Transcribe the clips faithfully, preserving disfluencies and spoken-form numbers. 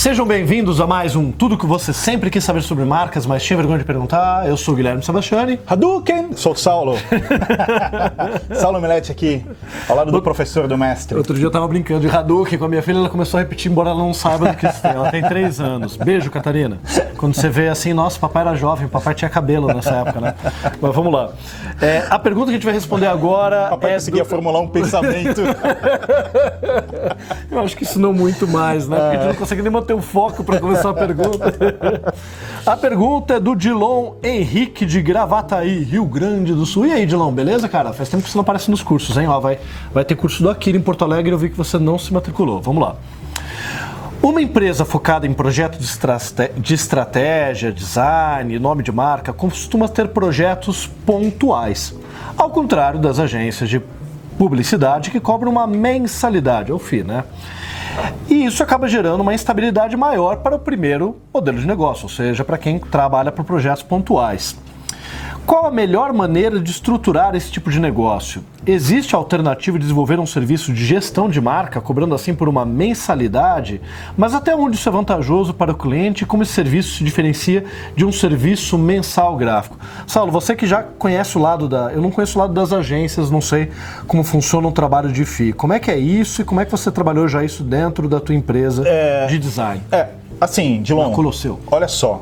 Sejam bem-vindos a mais um Tudo que você sempre quis saber sobre marcas, mas tinha vergonha de perguntar. Eu sou o Guilherme Sebastiani. Hadouken! Sou o Saulo. Saulo Milete aqui, ao lado do professor, do mestre. Outro dia eu tava brincando de Hadouken com a minha filha, ela começou a repetir, embora ela não saiba do que isso tem. Ela tem três anos. Beijo, Catarina. Quando você vê assim, nossa, papai era jovem, papai tinha cabelo nessa época, né? Mas vamos lá. É, a pergunta que a gente vai responder agora papai é conseguia do... formular um pensamento. Eu acho que isso não muito mais, né? Porque a gente não consegue nem manter o foco para começar a pergunta. A pergunta é do Dilon Henrique de Gravataí, Rio Grande do Sul. E aí, Dilon, beleza, cara? Faz tempo que você não aparece nos cursos, hein? Ó, vai, vai ter curso do Akira em Porto Alegre, eu vi que você não se matriculou. Vamos lá. Uma empresa focada em projetos de, estrate... de estratégia, design, nome de marca, costuma ter projetos pontuais, ao contrário das agências de publicidade que cobram uma mensalidade, ou F I I, né? E isso acaba gerando uma instabilidade maior para o primeiro modelo de negócio, ou seja, para quem trabalha por projetos pontuais. Qual a melhor maneira de estruturar esse tipo de negócio? Existe a alternativa de desenvolver um serviço de gestão de marca, cobrando assim por uma mensalidade? Mas até onde isso é vantajoso para o cliente e como esse serviço se diferencia de um serviço mensal gráfico? Saulo, você que já conhece o lado da... Eu não conheço o lado das agências, não sei como funciona um trabalho de F I I. Como é que é isso e como é que você trabalhou já isso dentro da tua empresa é, de design? É, assim, Dilon, olha só.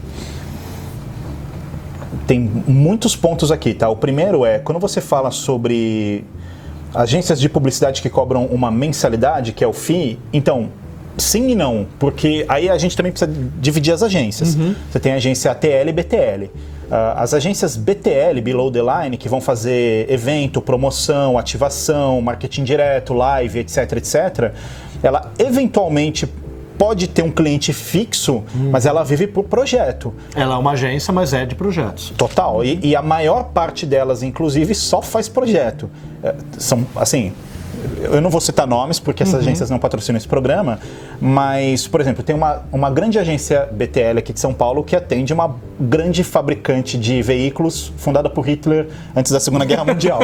Tem muitos pontos aqui, tá? O primeiro é, quando você fala sobre agências de publicidade que cobram uma mensalidade, que é o F I I, então, sim e não, porque aí a gente também precisa dividir as agências. Uhum. Você tem a agência A T L e B T L. Uh, as agências B T L, Below the Line, que vão fazer evento, promoção, ativação, marketing direto, live, etc, etcétera, ela eventualmente pode ter um cliente fixo, hum. mas ela vive por projeto. Ela é uma agência, mas é de projetos. Total. E, e a maior parte delas, inclusive, só faz projeto. É, são, assim, eu não vou citar nomes, porque essas uhum. agências não patrocinam esse programa, mas, por exemplo, tem uma, uma grande agência B T L aqui de São Paulo que atende uma grande fabricante de veículos, fundada por Hitler antes da Segunda Guerra Mundial.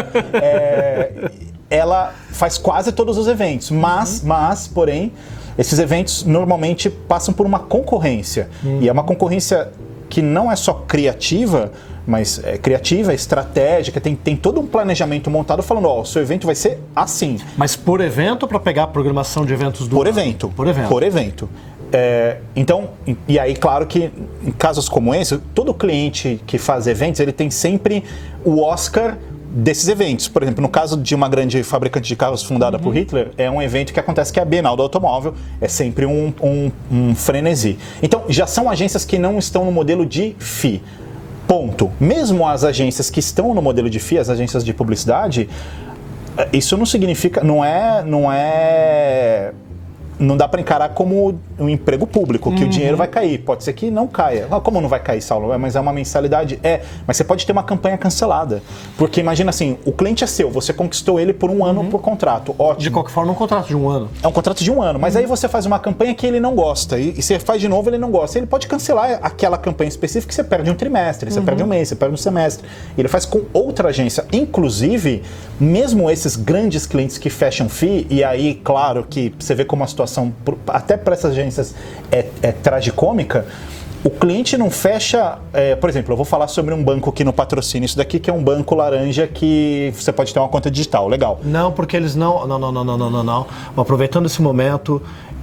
É, ela faz quase todos os eventos, mas, uhum. mas porém, esses eventos normalmente passam por uma concorrência. Hum. E é uma concorrência que não é só criativa, mas é criativa, é estratégica, tem, tem todo um planejamento montado falando, ó, o seu evento vai ser assim. Mas por evento ou para pegar a programação de eventos do... Por evento. Por evento. Por evento. É, então, e aí, claro que em casos como esse, todo cliente que faz eventos, ele tem sempre o Oscar desses eventos. Por exemplo, no caso de uma grande fabricante de carros fundada uhum. por Hitler, é um evento que acontece que é a Bienal do Automóvel, é sempre um, um, um frenesi. Então, já são agências que não estão no modelo de F I I. Ponto. Mesmo as agências que estão no modelo de F I I, as agências de publicidade, isso não significa, não é, não é... não dá para encarar como um emprego público, que uhum. o dinheiro vai cair. Pode ser que não caia. Ah, como não vai cair, Saulo? É, mas é uma mensalidade? É, mas você pode ter uma campanha cancelada. Porque imagina assim, o cliente é seu, você conquistou ele por um ano uhum. por contrato. Ótimo. De qualquer forma, é um contrato de um ano. É um contrato de um ano, mas uhum. aí você faz uma campanha que ele não gosta, e, e você faz de novo, ele não gosta. Ele pode cancelar aquela campanha específica e você perde um trimestre, você uhum. perde um mês, você perde um semestre. Ele faz com outra agência. Inclusive, mesmo esses grandes clientes que fecham F I I, e aí, claro, que você vê como a situação, até para essas agências, é, é tragicômica, o cliente não fecha... É, por exemplo, eu vou falar sobre um banco aqui no patrocínio, isso daqui que é um banco laranja que você pode ter uma conta digital, legal. Não, porque eles não... Não, não, não, não, não, não, não. Aproveitando esse momento,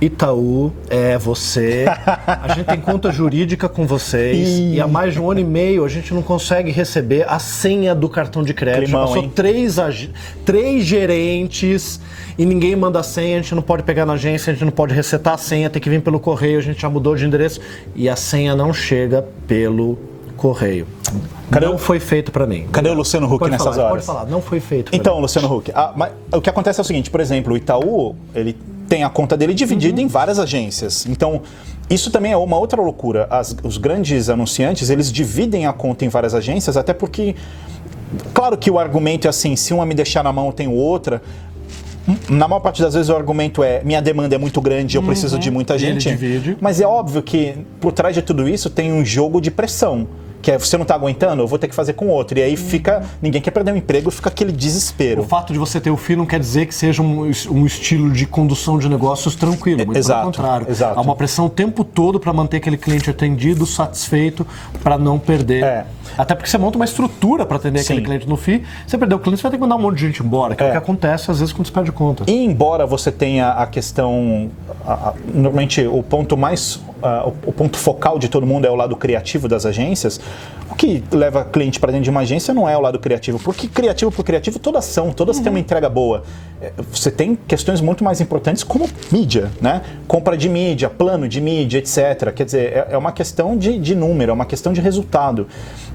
Itaú, é você, a gente tem conta jurídica com vocês e... e há mais de um ano e meio a gente não consegue receber a senha do cartão de crédito. Climão, passou três, três gerentes e ninguém manda a senha, a gente não pode pegar na agência, a gente não pode resetar a senha, tem que vir pelo correio, a gente já mudou de endereço e a senha não chega pelo correio. Cadê não o... foi feito para mim. Cadê o Luciano Huck pode nessas falar, horas? Pode falar, não foi feito pra Então, mim. Luciano Huck, a, mas, o que acontece é o seguinte, por exemplo, o Itaú, ele tem a conta dele dividida uhum. em várias agências. Então, isso também é uma outra loucura. As, os grandes anunciantes, eles dividem a conta em várias agências, até porque, claro que o argumento é assim, se uma me deixar na mão, eu tenho outra. Na maior parte das vezes o argumento é minha demanda é muito grande, eu preciso uhum. de muita gente. Ele divide. Mas é óbvio que por trás de tudo isso tem um jogo de pressão. que é, você não está aguentando, eu vou ter que fazer com outro. E aí fica, ninguém quer perder o emprego e fica aquele desespero. O fato de você ter o F I I não quer dizer que seja um, um estilo de condução de negócios tranquilo, muito exato, pelo contrário. Exato. Há uma pressão o tempo todo para manter aquele cliente atendido, satisfeito, para não perder. É. Até porque você monta uma estrutura para atender Sim. aquele cliente no F I I, você perdeu o cliente, você vai ter que mandar um monte de gente embora, que é, é o que acontece às vezes quando você perde conta. E embora você tenha a questão, a, a, normalmente o ponto mais, a, o, o ponto focal de todo mundo é o lado criativo das agências, o que leva cliente para dentro de uma agência não é o lado criativo, porque criativo por criativo todas são, todas uhum. têm uma entrega boa. Você tem questões muito mais importantes como mídia, né? Compra de mídia, plano de mídia, etcétera. Quer dizer, é, é uma questão de, de número, é uma questão de resultado.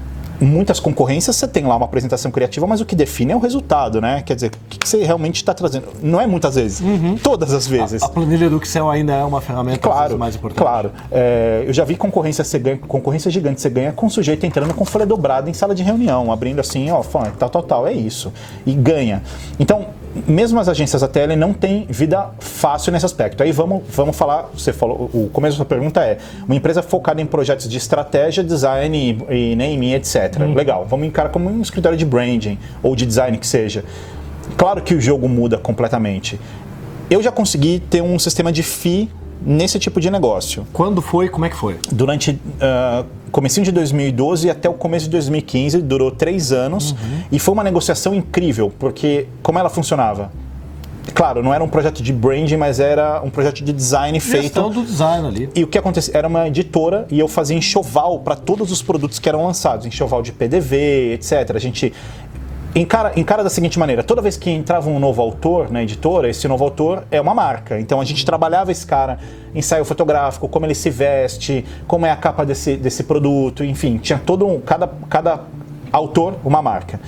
Muitas concorrências você tem lá uma apresentação criativa, mas o que define é o resultado, né? Quer dizer, o que você realmente está trazendo. Não é muitas vezes, uhum. todas as vezes. A, a planilha do Excel ainda é uma ferramenta claro, mais importante. Claro, é, eu já vi concorrência, você ganha, concorrência gigante, você ganha com o sujeito entrando com folha dobrada em sala de reunião, abrindo assim, ó, tal, tal, tal, é isso. E ganha. Então, mesmo as agências A T L não têm vida fácil nesse aspecto. Aí vamos, vamos falar, você falou, o começo da sua pergunta é, uma empresa focada em projetos de estratégia, design e, e naming, etcétera. Hum. Legal, vamos encarar como um escritório de branding ou de design que seja. Claro que o jogo muda completamente. Eu já consegui ter um sistema de F I I nesse tipo de negócio. Quando foi? Como é que foi? Durante uh, comecinho de dois mil e doze até o começo de dois mil e quinze, durou três anos uhum. e foi uma negociação incrível, porque como ela funcionava? Claro, não era um projeto de branding, mas era um projeto de design feito. Gestão do design ali. E o que acontecia? Era uma editora e eu fazia enxoval para todos os produtos que eram lançados, enxoval de P D V, etcétera. A gente encara, encara da seguinte maneira: toda vez que entrava um novo autor na editora, esse novo autor é uma marca. Então a gente trabalhava esse cara, ensaio fotográfico, como ele se veste, como é a capa desse, desse produto, enfim, tinha todo um. Cada, cada autor uma marca.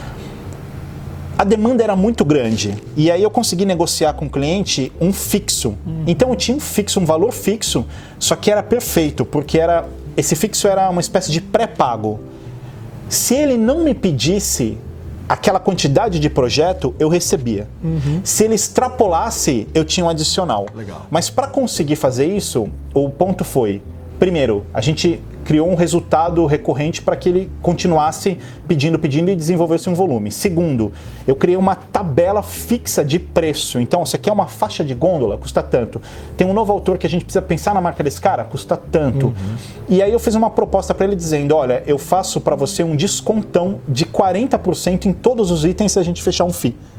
A demanda era muito grande e aí eu consegui negociar com o cliente um fixo. Uhum. Então eu tinha um fixo, um valor fixo, só que era perfeito, porque era, esse fixo era uma espécie de pré-pago. Se ele não me pedisse aquela quantidade de projeto, eu recebia. Uhum. Se ele extrapolasse, eu tinha um adicional. Legal. Mas para conseguir fazer isso, o ponto foi, primeiro, a gente criou um resultado recorrente para que ele continuasse pedindo, pedindo e desenvolvesse um volume. Segundo, eu criei uma tabela fixa de preço. Então, você quer uma faixa de gôndola? Custa tanto. Tem um novo autor que a gente precisa pensar na marca desse cara? Custa tanto. Uhum. E aí eu fiz uma proposta para ele dizendo, olha, eu faço para você um descontão de quarenta por cento em todos os itens se a gente fechar um F I I.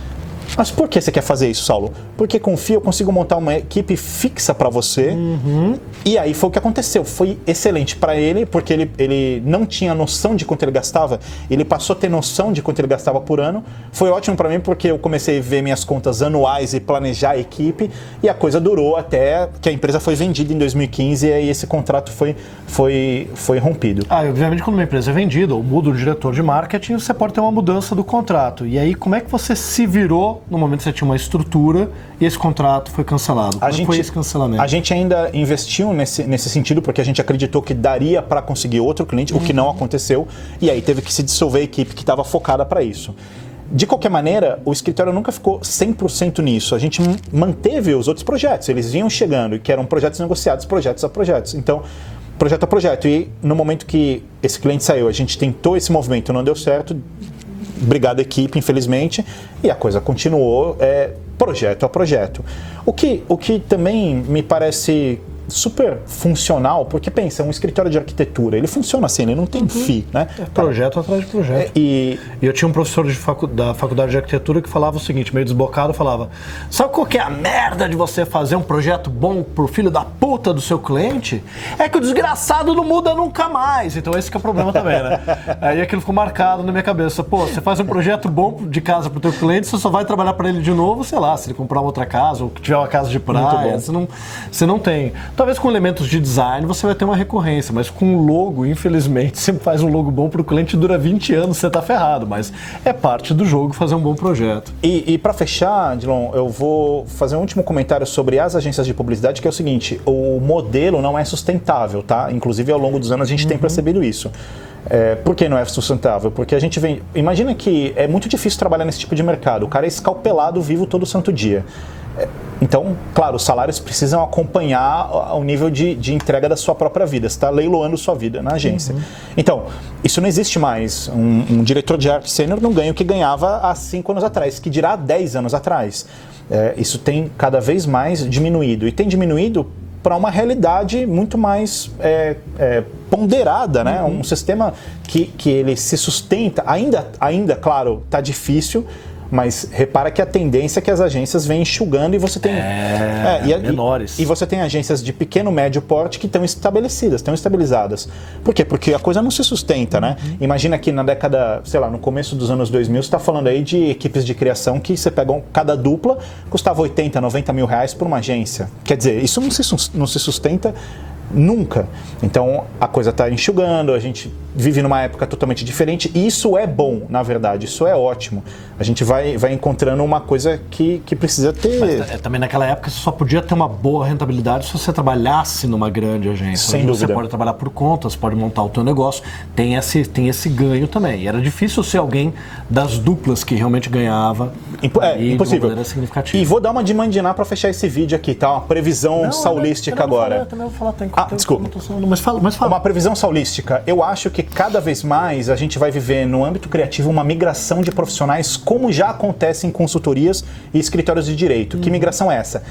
Mas por que você quer fazer isso, Saulo? Porque com o F I I eu consigo montar uma equipe fixa para você. Uhum. E aí foi o que aconteceu. Foi excelente para ele, porque ele, ele não tinha noção de quanto ele gastava. Ele passou a ter noção de quanto ele gastava por ano. Foi ótimo para mim, porque eu comecei a ver minhas contas anuais e planejar a equipe. E a coisa durou até que a empresa foi vendida em dois mil e quinze e aí esse contrato foi, foi, foi rompido. Ah, obviamente quando uma empresa é vendida ou muda o diretor de marketing, você pode ter uma mudança do contrato. E aí como é que você se virou no momento que você tinha uma estrutura e esse contrato foi cancelado? Como a gente, foi esse cancelamento? A gente ainda investiu nesse, nesse sentido porque a gente acreditou que daria para conseguir outro cliente, uhum. o que não aconteceu, e aí teve que se dissolver a equipe que estava focada para isso. De qualquer maneira, o escritório nunca ficou cem por cento nisso. A gente manteve os outros projetos, eles vinham chegando, que eram projetos negociados, projetos a projetos. Então, projeto a projeto. E no momento que esse cliente saiu, a gente tentou esse movimento, não deu certo, obrigado equipe, infelizmente, e a coisa continuou é, projeto a projeto. O que, o que também me parece super funcional, porque pensa, um escritório de arquitetura, ele funciona assim, ele não tem uhum. F I I, né? É projeto atrás de projeto. É, e... e eu tinha um professor de facu... da faculdade de arquitetura que falava o seguinte, meio desbocado, falava, sabe qual que é a merda de você fazer um projeto bom pro filho da puta do seu cliente? É que o desgraçado não muda nunca mais. Então esse que é o problema também, né? Aí aquilo ficou marcado na minha cabeça. Pô, você faz um projeto bom de casa pro teu cliente, você só vai trabalhar para ele de novo, sei lá, se ele comprar uma outra casa ou que tiver uma casa de praia, você não, você não tem. Talvez com elementos de design você vai ter uma recorrência, mas com logo, infelizmente, você faz um logo bom para o cliente dura vinte anos, você tá ferrado, mas é parte do jogo fazer um bom projeto. E, e para fechar, Dilon, eu vou fazer um último comentário sobre as agências de publicidade, que é o seguinte, o modelo não é sustentável, tá? Inclusive ao longo dos anos a gente uhum. tem percebido isso. É, por que não é sustentável? Porque a gente vem... Imagina que é muito difícil trabalhar nesse tipo de mercado. O cara é escalpelado vivo todo santo dia. É, então, claro, os salários precisam acompanhar o nível de, de entrega da sua própria vida. Você está leiloando sua vida na agência. Uhum. Então, isso não existe mais. Um, um diretor de arte sênior não ganha o que ganhava há cinco anos atrás, que dirá há dez anos atrás. É, isso tem cada vez mais diminuído. E tem diminuído para uma realidade muito mais é, é, ponderada, né? Uhum. Um sistema que, que ele se sustenta, ainda, ainda claro, está difícil, mas repara que a tendência é que as agências vêm enxugando e você tem... É, é, e, menores. E, e você tem agências de pequeno, médio porte que estão estabelecidas, estão estabilizadas. Por quê? Porque a coisa não se sustenta, né? Uhum. Imagina que na década, sei lá, no começo dos anos dois mil, você está falando aí de equipes de criação que você pega um, cada dupla, custava oitenta, noventa mil reais por uma agência. Quer dizer, isso não se, não se sustenta nunca. Então a coisa está enxugando, a gente vive numa época totalmente diferente e isso é bom, na verdade, isso é ótimo. A gente vai, vai encontrando uma coisa que, que precisa ter... Mas, é, também naquela época você só podia ter uma boa rentabilidade se você trabalhasse numa grande agência. Sem dúvida. Você pode trabalhar por conta, você pode montar o teu negócio, tem esse, tem esse ganho também. E era difícil ser alguém das duplas que realmente ganhava. Impo é, impossível. De uma maneira significativa. E vou dar uma de mandinar para fechar esse vídeo aqui, tá? Uma previsão não, saulística eu não, eu não agora. Falar, eu também vou falar, tem Ah, desculpa. Mas fala, mas fala. Uma previsão saulística. Eu acho que cada vez mais a gente vai viver no âmbito criativo uma migração de profissionais, como já acontece em consultorias e escritórios de direito. Hum. Que migração é essa?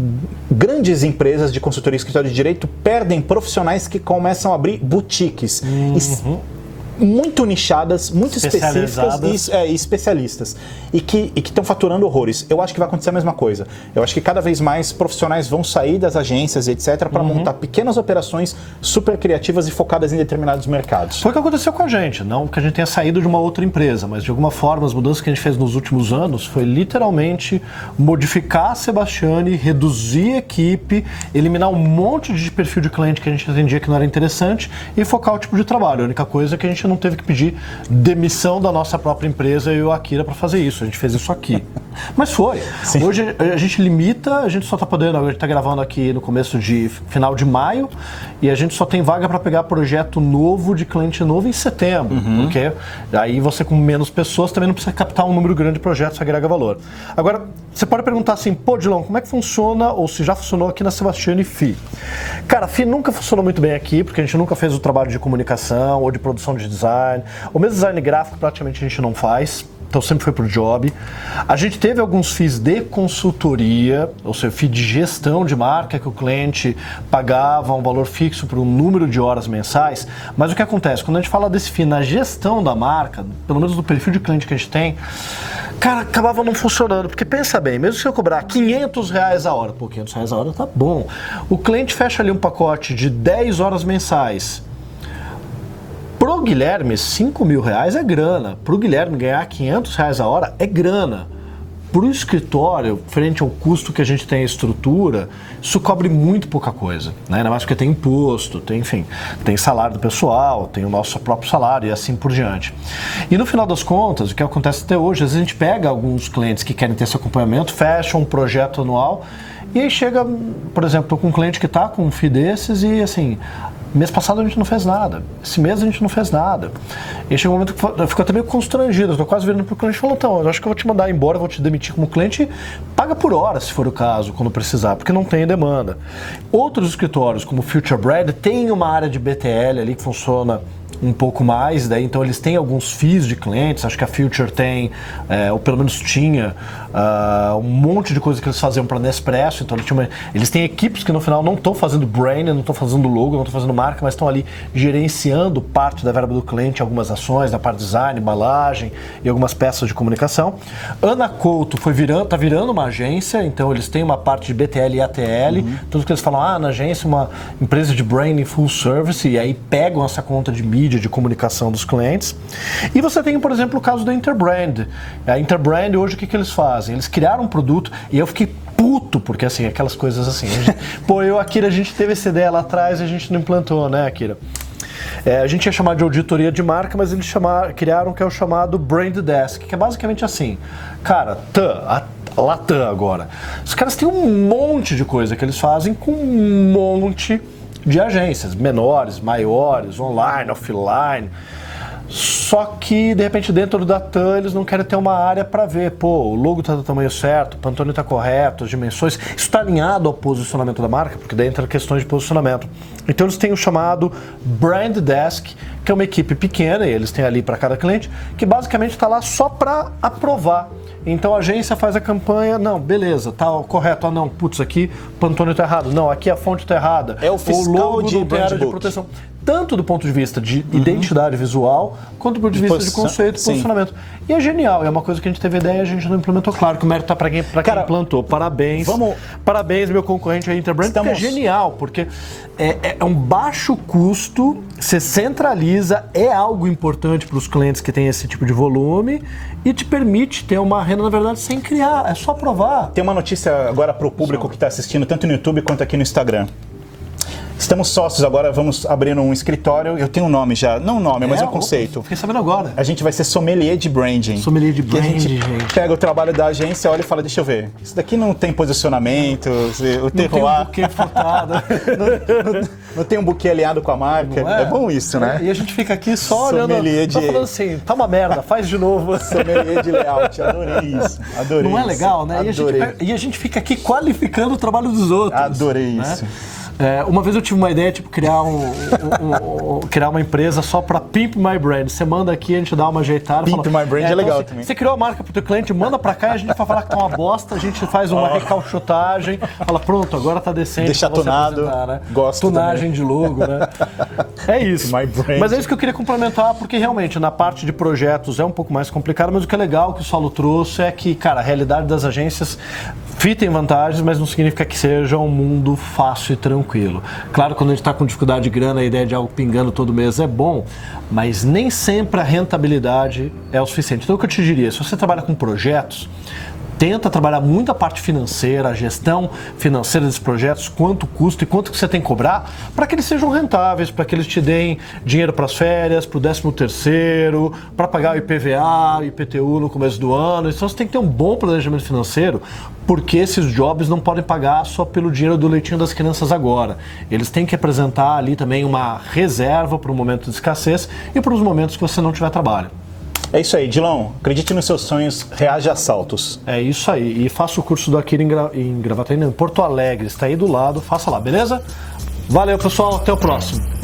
Grandes empresas de consultoria e escritório de direito perdem profissionais que começam a abrir boutiques. Uhum. Muito nichadas, muito específicas e é, especialistas e que e que estão faturando horrores. Eu acho que vai acontecer a mesma coisa. Eu acho que cada vez mais profissionais vão sair das agências, etcétera, para uhum. montar pequenas operações super criativas e focadas em determinados mercados. Foi o que aconteceu com a gente, não que a gente tenha saído de uma outra empresa, mas de alguma forma as mudanças que a gente fez nos últimos anos foi literalmente modificar a Sebastiani, reduzir a equipe, eliminar um monte de perfil de cliente que a gente entendia que não era interessante e focar o tipo de trabalho. A única coisa é que a gente não teve que pedir demissão da nossa própria empresa e o Akira para fazer isso. A gente fez isso aqui. Mas foi. Sim. Hoje a gente limita, a gente só está podendo, a gente está gravando aqui no começo de final de maio e a gente só tem vaga para pegar projeto novo de cliente novo em setembro. Uhum. Porque aí você com menos pessoas também não precisa captar um número grande de projetos que agrega valor. Agora, você pode perguntar assim, pô, Dilão, como é que funciona ou se já funcionou aqui na Sebastiani F I? Cara, a F I nunca funcionou muito bem aqui porque a gente nunca fez o trabalho de comunicação ou de produção de design. O mesmo design gráfico praticamente a gente não faz. Então sempre foi por job. A gente teve alguns F Is de consultoria, ou seja, F I de gestão de marca, que o cliente pagava um valor fixo por um número de horas mensais. Mas o que acontece? Quando a gente fala desse F I na gestão da marca, pelo menos do perfil de cliente que a gente tem, cara, acabava não funcionando. Porque pensa bem, mesmo se eu cobrar quinhentos reais a hora, pô, quinhentos reais a hora tá bom. O cliente fecha ali um pacote de dez horas mensais. Pro Guilherme, cinco mil reais é grana. Pro Guilherme ganhar quinhentos reais a hora é grana. Pro escritório, frente ao custo que a gente tem a estrutura, isso cobre muito pouca coisa, né? Ainda mais porque tem imposto, tem, enfim, tem salário do pessoal, tem o nosso próprio salário e assim por diante. E no final das contas, o que acontece até hoje, às vezes a gente pega alguns clientes que querem ter esse acompanhamento, fecha um projeto anual e aí chega, por exemplo, estou com um cliente que está com um F I desses e assim... Mês passado a gente não fez nada, esse mês a gente não fez nada. E chega um momento que eu fico até meio constrangido, eu estou quase virando para o cliente e falando, então, eu acho que eu vou te mandar embora, vou te demitir como cliente, paga por hora, se for o caso, quando precisar, porque não tem demanda. Outros escritórios, como o Future Brand, tem uma área de B T L ali que funciona um pouco mais, daí então eles têm alguns F Is de clientes, acho que a Future tem, é, ou pelo menos tinha, uh, um monte de coisa que eles faziam para Nespresso, então eles, tinham uma, eles têm equipes que no final não estão fazendo brand, não estão fazendo logo, não estão fazendo marca, mas estão ali gerenciando parte da verba do cliente, algumas ações, na parte de design, embalagem e algumas peças de comunicação. Ana Couto foi virando, tá virando uma agência, então eles têm uma parte de B T L e A T L, uhum. Tudo que eles falam, ah, na agência uma empresa de branding full service, e aí pegam essa conta de mídia, de comunicação dos clientes. E você tem, por exemplo, o caso da Interbrand. A Interbrand, hoje, o que, que eles fazem? Eles criaram um produto e eu fiquei puto, porque assim, aquelas coisas assim. A gente, pô, eu, Akira, a gente teve essa ideia lá atrás e a gente não implantou, né, Akira? É, a gente ia chamar de auditoria de marca, mas eles chamaram, criaram o que é o chamado Brand Desk, que é basicamente assim, cara, TAM, a Latam agora. Os caras têm um monte de coisa que eles fazem com um monte de agências, menores, maiores, online, offline. Só que, de repente, dentro da T A M, eles não querem ter uma área para ver, pô, o logo está do tamanho certo, o Pantone está correto, as dimensões, isso está alinhado ao posicionamento da marca, porque daí entra questões de posicionamento. Então eles têm o chamado Brand Desk, que é uma equipe pequena, e eles têm ali para cada cliente, que basicamente está lá só para aprovar. Então a agência faz a campanha, não, beleza, tá correto, ah não, putz, aqui Pantone tá errado, não, aqui a fonte tá errada. É o fiscal o logo de não tem área de proteção. Tanto do ponto de vista de uhum. identidade visual, quanto do ponto de vista de conceito e posicionamento. E é genial, é uma coisa que a gente teve ideia e a gente não implementou. Claro que o mérito tá para quem, pra quem implantou. Parabéns. Vamos... Parabéns, meu concorrente, a Interbrand, Estamos... porque é genial, porque é, é um baixo custo, você centraliza, é algo importante para os clientes que têm esse tipo de volume e te permite ter uma renda, na verdade, sem criar, é só provar. Tem uma notícia agora para o público que está assistindo, tanto no YouTube quanto aqui no Instagram. Estamos sócios agora, vamos abrir um escritório. Eu tenho um nome já, não um nome, é, mas um conceito. Fiquei sabendo agora. A gente vai ser sommelier de branding. Sommelier de branding, a gente, gente. Pega o trabalho da agência, olha e fala, deixa eu ver. Isso daqui não tem posicionamento, o terroir. Não tem um buquê frutado. não, não, não tem um buquê alinhado com a marca. É? é bom isso, né? É, e a gente fica aqui só olhando, sommelier de... só falando assim, tá uma merda, faz de novo. Sommelier de layout, adorei isso. Adorei não é isso. legal, né? E a, gente, e a gente fica aqui qualificando o trabalho dos outros. Adorei né? isso. É, uma vez eu tive uma ideia, tipo, criar, um, um, um, criar uma empresa só pra Pimp My Brand. Você manda aqui, a gente dá uma ajeitada. Pimp fala, My Brand é, é legal também. Você criou a marca pro teu cliente, manda pra cá e a gente vai falar que tá uma bosta, a gente faz uma oh. recalchutagem, fala, pronto, agora tá decente. Deixa tunado, né? Gosto tunagem também. De logo, né? É isso. My Brand. Mas é isso que eu queria complementar, porque realmente na parte de projetos é um pouco mais complicado, mas o que é legal que o Saulo trouxe é que, cara, a realidade das agências tem vantagens, mas não significa que seja um mundo fácil e tranquilo. Claro, quando a gente está com dificuldade de grana, a ideia de algo pingando todo mês é bom, mas nem sempre a rentabilidade é o suficiente. Então, o que eu te diria, se você trabalha com projetos, tenta trabalhar muito a parte financeira, a gestão financeira desses projetos, quanto custa e quanto que você tem que cobrar, para que eles sejam rentáveis, para que eles te deem dinheiro para as férias, para o décimo terceiro, para pagar o I P V A, o I P T U no começo do ano. Então você tem que ter um bom planejamento financeiro, porque esses jobs não podem pagar só pelo dinheiro do leitinho das crianças agora. Eles têm que apresentar ali também uma reserva para o momento de escassez e para os momentos que você não tiver trabalho. É isso aí, Dilão. Acredite nos seus sonhos, reage a assaltos. É isso aí. E faça o curso do Akira em, Gra... em Gravataí, em Porto Alegre. Está aí do lado, faça lá, beleza? Valeu, pessoal. Até o próximo.